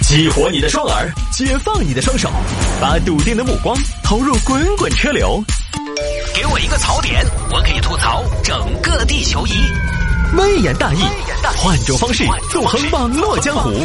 激活你的双耳，解放你的双手，把笃定的目光投入滚滚车流。给我一个槽点，我可以吐槽整个地球仪。微言大义，换种方式纵横网络江湖。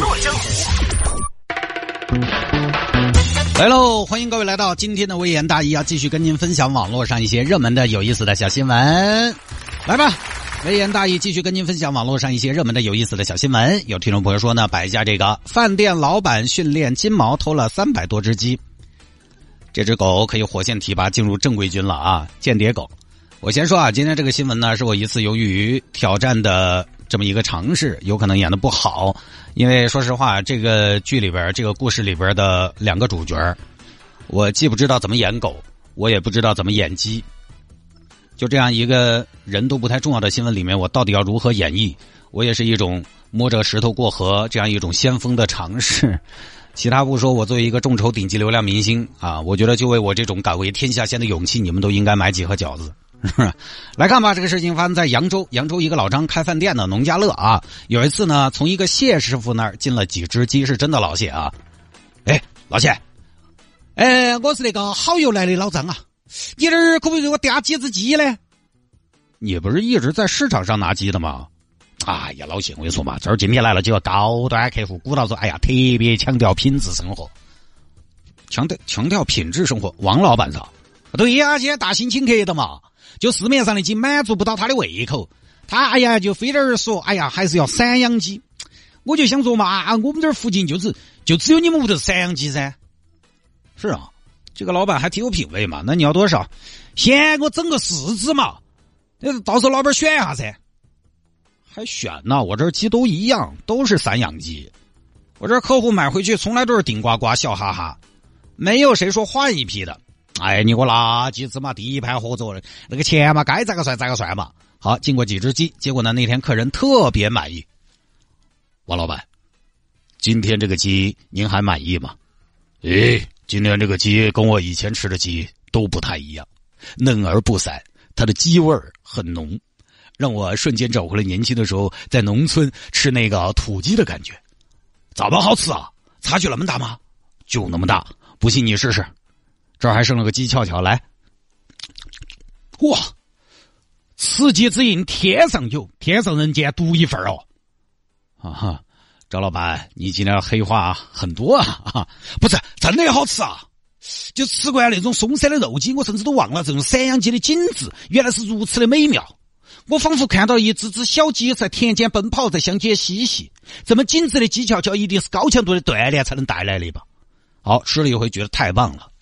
来喽，欢迎各位来到今天的微言大义，要继续跟您分享网络上一些热门的有意思的小新闻。来吧，微言大义继续跟您分享网络上一些热门的有意思的小新闻。有听众朋友说呢，摆一下这个饭店老板训练金毛偷了300多只鸡，这只狗可以火线提拔进入正规军了啊，间谍狗。我先说啊，今天这个新闻呢，是我一次由于挑战的这么一个尝试，有可能演得不好，因为说实话，这个剧里边这个故事里边的两个主角，我既不知道怎么演狗，我也不知道怎么演鸡。就这样一个人都不太重要的新闻里面，我到底要如何演绎？我也是一种摸着石头过河这样一种先锋的尝试。其他不说，我作为一个众筹顶级流量明星啊，我觉得就为我这种敢为天下先的勇气，你们都应该买几盒饺子。来看吧，这个事情发生在扬州一个老张开饭店的农家乐啊。有一次呢，从一个谢师傅那儿进了几只鸡，是真的老谢啊。哎，老谢，我是那个好友来的老张啊，你这儿可不可以给我嗲几只鸡呢？你不是一直在市场上拿鸡的吗？哎呀，老谢，我跟你说嘛，这儿今天来了几个高端客户，鼓捣说，哎呀，特别强调品质生活，强调品质生活。王老板是吧？对呀，现在大兴请客的嘛。就市面上的鸡满足不到他的胃口，他哎呀就非得儿说，哎呀还是要散养鸡。我就想说嘛，我们这儿附近就只有你们屋头散养鸡噻。是啊，这个老板还挺有品位嘛。那你要多少？先给我整个4只嘛，到时候老板选一下噻。还选呢？我这儿鸡都一样，都是散养鸡。我这客户买回去从来都是顶呱呱笑哈哈，没有谁说换一批的。哎，你给我拿几只嘛，第一盘合作，那个钱嘛，该咋个算嘛。好，进过几只鸡，结果呢，那天客人特别满意。王老板，今天这个鸡您还满意吗？今天这个鸡跟我以前吃的鸡都不太一样，嫩而不散，它的鸡味儿很浓，让我瞬间找回了年轻的时候在农村吃那个土鸡的感觉。咋么好吃啊？差距那么大吗？就那么大，不信你试试。这儿还剩了个鸡翘翘，来，哇，此鸡之音天上有，天上人间独一份哦。啊哈，赵老板，你今天黑话很多啊！不是，真的好吃啊！就吃惯那种松散的肉鸡，我甚至都忘了这种散养鸡的精致，原来是如此的美妙。我仿佛看到一只只小鸡在田间奔跑，在乡间嬉戏。这么精致的鸡翘翘，一定是高强度的锻炼才能带来的吧？好，吃了一回觉得太棒了。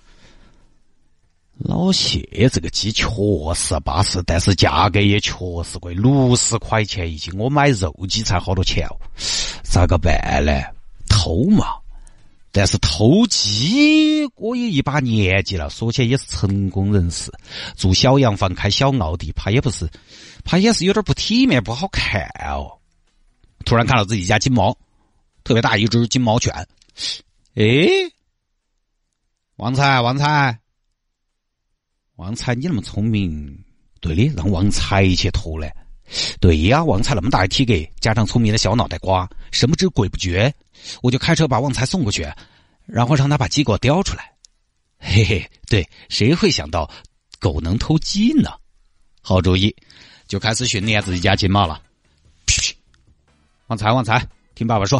老谢这个鸡确实巴适，但是价格也确实贵，60块钱一斤。我买肉鸡才好多钱哦，咋个办呢？偷嘛？但是偷鸡我也一把年纪了，说起来也是成功人士，住小洋房开小奥迪，怕也是有点不体面不好看哦。突然看到自己家金毛，特别大一只金毛犬。旺财，你那么聪明，对的，让旺财去偷了。对呀，旺财那么大的体格，加上聪明的小脑袋瓜，神不知鬼不觉，我就开车把旺财送过去，然后让他把鸡给我叼出来。嘿嘿，对，谁会想到狗能偷鸡呢？好主意，就开始训练自己家金毛了。旺财，听爸爸说，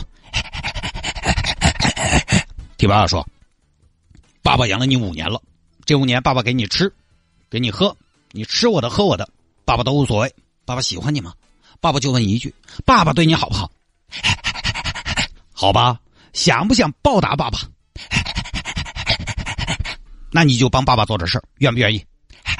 听爸爸说，爸爸养了你5年了，这5年爸爸给你吃给你喝，你吃我的喝我的，爸爸都无所谓。爸爸喜欢你吗？爸爸就问一句，爸爸对你好不好？好吧，想不想报答爸爸？那你就帮爸爸做点事儿，愿不愿意？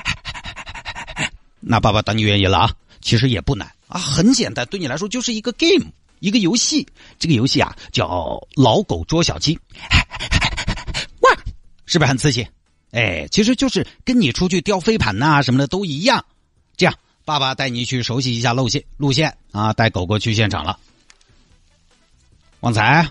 那爸爸当你愿意了啊，其实也不难啊，很简单，对你来说就是一个 game， 一个游戏。这个游戏啊叫老狗捉小鸡。哇，是不是很刺激？其实就是跟你出去钓飞盘呐什么的都一样。这样，爸爸带你去熟悉一下路线啊，带狗狗去现场了。旺财，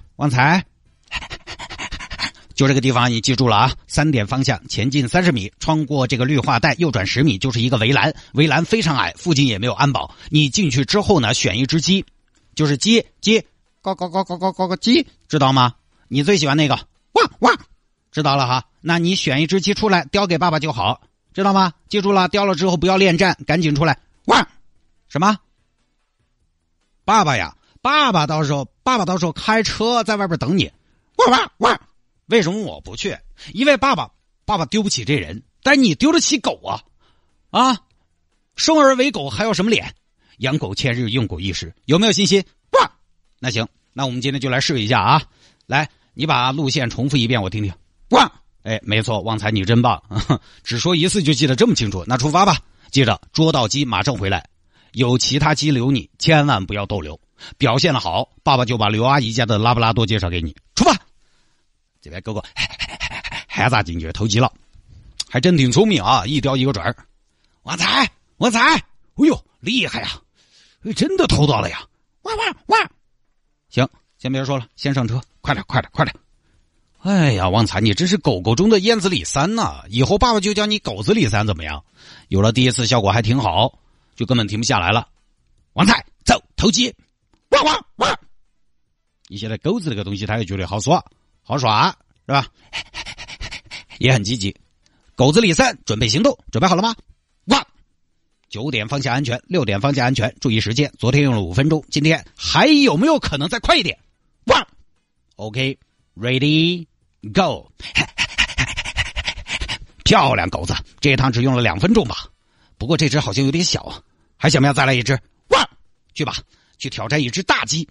就这个地方你记住了啊，3点方向前进30米，穿过这个绿化带右转10米就是一个围栏，围栏非常矮，附近也没有安保。你进去之后呢，选一只鸡，就是鸡鸡，知道吗？你最喜欢那个汪汪，知道了哈。那你选一只鸡出来叼给爸爸就好，知道吗？记住了，叼了之后不要恋战，赶紧出来汪。什么？爸爸呀，爸爸到时候开车在外边等你，汪汪汪。为什么我不去？因为爸爸丢不起这人，但你丢得起狗啊！生而为狗还要什么脸？养狗千日，用狗一时，有没有信心？哇！那行，那我们今天就来试一下啊！来，你把路线重复一遍，我听听。哇！哎，没错，旺财你真棒，只说一次就记得这么清楚。那出发吧，记着捉到鸡马上回来，有其他鸡留你，千万不要逗留。表现得好，爸爸就把刘阿姨家的拉布拉多介绍给你。出发！这边哥哥还咋进去偷鸡了？还真挺聪明啊，一叼一个准儿。旺财，哎呦，厉害呀！真的偷到了呀！哇！行，先别说了，先上车，快点！哎呀，旺财，你真是狗狗中的燕子李三呐！以后爸爸就叫你狗子李三怎么样？有了第一次效果还挺好，就根本停不下来了。旺财，走，偷鸡！哇！你现在狗子这个东西，他也觉得好耍，是吧？也很积极。狗子李三，准备行动，准备好了吗？哇！9点方向安全，6点方向安全，注意时间。昨天用了5分钟，今天还有没有可能再快一点？哇 ！OK， ready go！ 漂亮，狗子，这一趟只用了2分钟吧？不过这只好像有点小啊，还想不想再来一只？哇！去吧，去挑战一只大鸡。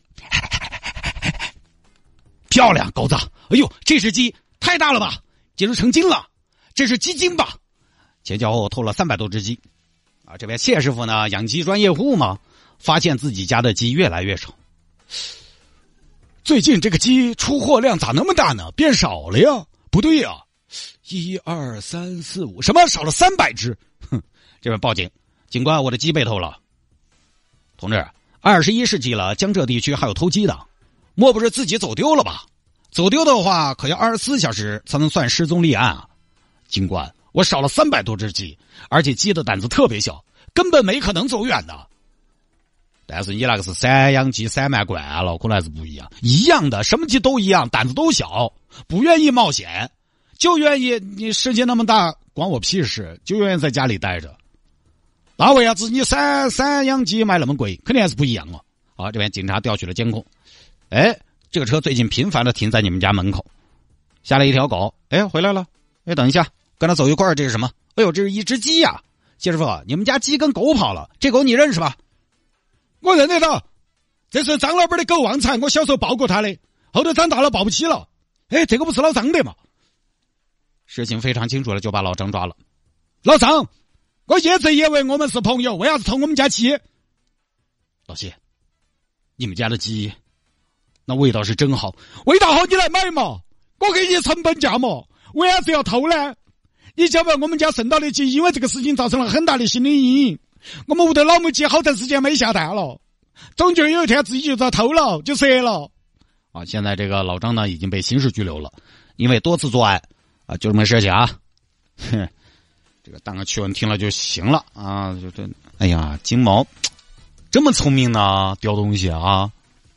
漂亮，狗子！哎呦，这只鸡太大了吧，简直成精了！这是鸡精吧？前前后后偷了300多只鸡啊！这边谢师傅呢，养鸡专业户嘛，发现自己家的鸡越来越少。最近这个鸡出货量咋那么大呢？变少了呀？不对呀！1、2、3、4、5，什么少了300只？哼！这边报警，警官，我的鸡被偷了。同志，21世纪了，江浙地区还有偷鸡的，莫不是自己走丢了吧？走丢的话，可要24小时才能算失踪立案啊！警官，我少了300多只鸡，而且鸡的胆子特别小，根本没可能走远的。但是你那个是散养鸡散漫惯了，可能还是不一样。一样的，什么鸡都一样，胆子都小，不愿意冒险，就愿意你世界那么大，关我屁事，就愿意在家里待着。那为啥子你散养鸡卖那么贵？肯定还是不一样哦。好，这边警察调取了监控，哎，这个车最近频繁的停在你们家门口，下来一条狗，哎，回来了。哎，等一下，跟他走一块儿，这是什么？哎呦，这是一只鸡呀！谢师傅，你们家鸡跟狗跑了，这狗你认识吧？我认得到，这是张老板的狗旺财，我小时候抱过他的，后头长大了抱不起了。哎，这个不是老张的吗？事情非常清楚了，就把老张抓了。老张，我一直以为我们是朋友，为啥子偷我们家鸡？老谢，你们家的鸡那味道是真好，味道好你来买嘛，我给你成本价嘛。为啥子要偷呢？你晓不晓得我们家剩到的鸡因为这个事情造成了很大的心理阴影，我们屋的老母鸡好长时间没下蛋了，总觉得有一天自己就遭偷了，就折了。啊，现在这个老张呢已经被刑事拘留了，因为多次作案啊，就这么事情啊。哼，这个当个趣闻听了就行了啊，就这。哎呀，金毛这么聪明呢，叼东西啊。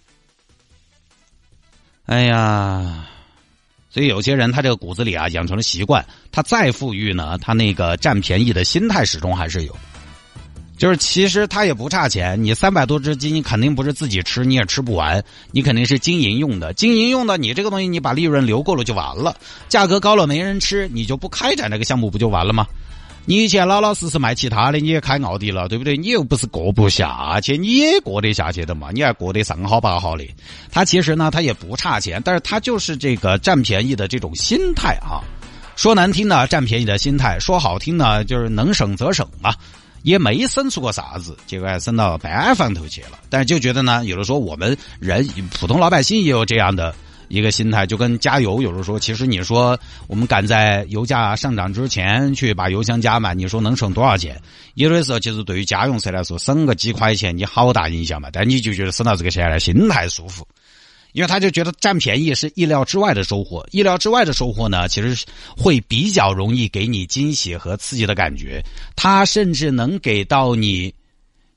哎呀。所以有些人他这个骨子里啊养成了习惯，他再富裕呢，他那个占便宜的心态始终还是有。就是其实他也不差钱，你300多只鸡，你肯定不是自己吃，你也吃不完，你肯定是经营用的。经营用的，你这个东西你把利润留够了就完了，价格高了没人吃，你就不开展这个项目不就完了吗？你以前老老实实卖其他的，你也开奥迪了，对不对？你又不是过不下去，你也过得下去的嘛，你还过得上好八好的。他其实呢，他也不差钱，但是他就是这个占便宜的这种心态啊。说难听呢，占便宜的心态；说好听呢，就是能省则省嘛。也没省出过啥子，结果还省到班房头去了。但是就觉得呢，有的时候我们人普通老百姓也有这样的一个心态，就跟加油有的时候，其实你说我们赶在油价上涨之前去把油箱加满，你说能省多少钱？有的时候其实对于家用车来说，省个几块钱你好大影响嘛，但你就觉得省到这个钱来心态舒服。因为他就觉得占便宜是意料之外的收获，意料之外的收获呢，其实会比较容易给你惊喜和刺激的感觉，它甚至能给到你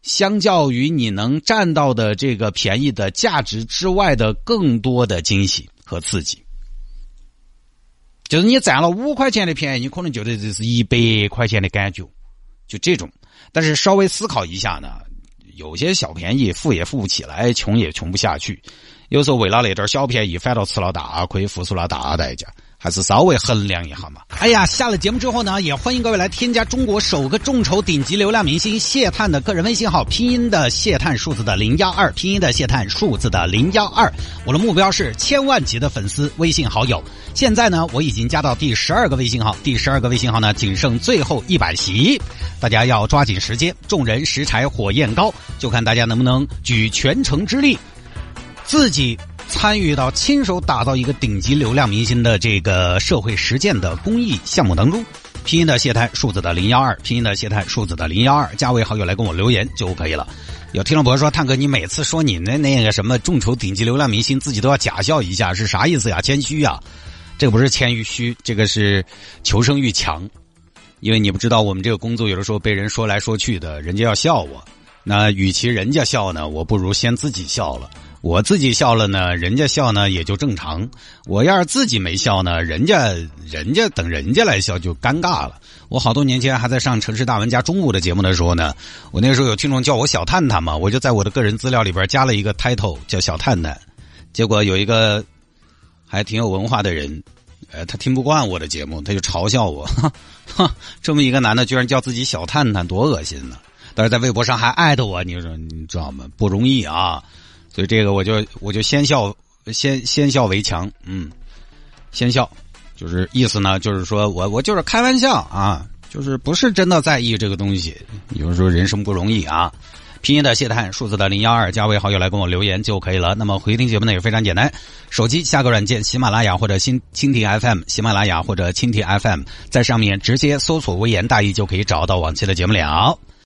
相较于你能占到的这个便宜的价值之外的更多的惊喜和刺激。就是你占了5块钱的便宜，你可能觉得这是100块钱的感觉，就这种。但是稍微思考一下呢，有些小便宜付也付不起来，穷也穷不下去。有时候为了那点小便宜，反倒吃了大亏，付出了大代价，还是稍微衡量一下嘛。哎呀，下了节目之后呢，也欢迎各位来添加中国首个众筹顶级流量明星谢探的个人微信号，拼音的谢探，数字的012，拼音的谢探，数字的012。我的目标是1000万级的粉丝微信好友。现在呢，我已经加到第12个微信号，第12个微信号呢，仅剩最后100席，大家要抓紧时间，众人拾柴火焰高，就看大家能不能举全城之力，自己参与到亲手打造一个顶级流量明星的这个社会实践的公益项目当中。拼音的谢探，数字的012，拼音的谢探，数字的012，加为好友来跟我留言就可以了。有听众朋友说，探哥你每次说你那个什么众筹顶级流量明星，自己都要假笑一下，是啥意思呀？谦虚啊？这个不是谦于虚，这个是求生欲强。因为你不知道我们这个工作有的时候被人说来说去的，人家要笑我，那与其人家笑呢，我不如先自己笑了。我自己笑了呢，人家笑呢也就正常。我要是自己没笑呢，人家等人家来笑就尴尬了。我好多年前还在上城市大玩家中午的节目的时候呢，我那个时候有听众叫我小探探嘛，我就在我的个人资料里边加了一个 title 叫小探探。结果有一个还挺有文化的人，他听不惯我的节目，他就嘲笑我，这么一个男的居然叫自己小探探，多恶心呢！但是在微博上还艾特我，你说你知道吗？不容易啊！所以这个我就先笑为强，先笑，就是意思呢，就是说我就是开玩笑啊，就是不是真的在意这个东西。有时候人生不容易啊。拼音的谢探，数字的012，加为好友来跟我留言就可以了。那么回听节目呢也非常简单，手机下个软件喜马拉雅或者蜻蜓 FM， 喜马拉雅或者蜻蜓 FM， 在上面直接搜索微言大义就可以找到往期的节目了。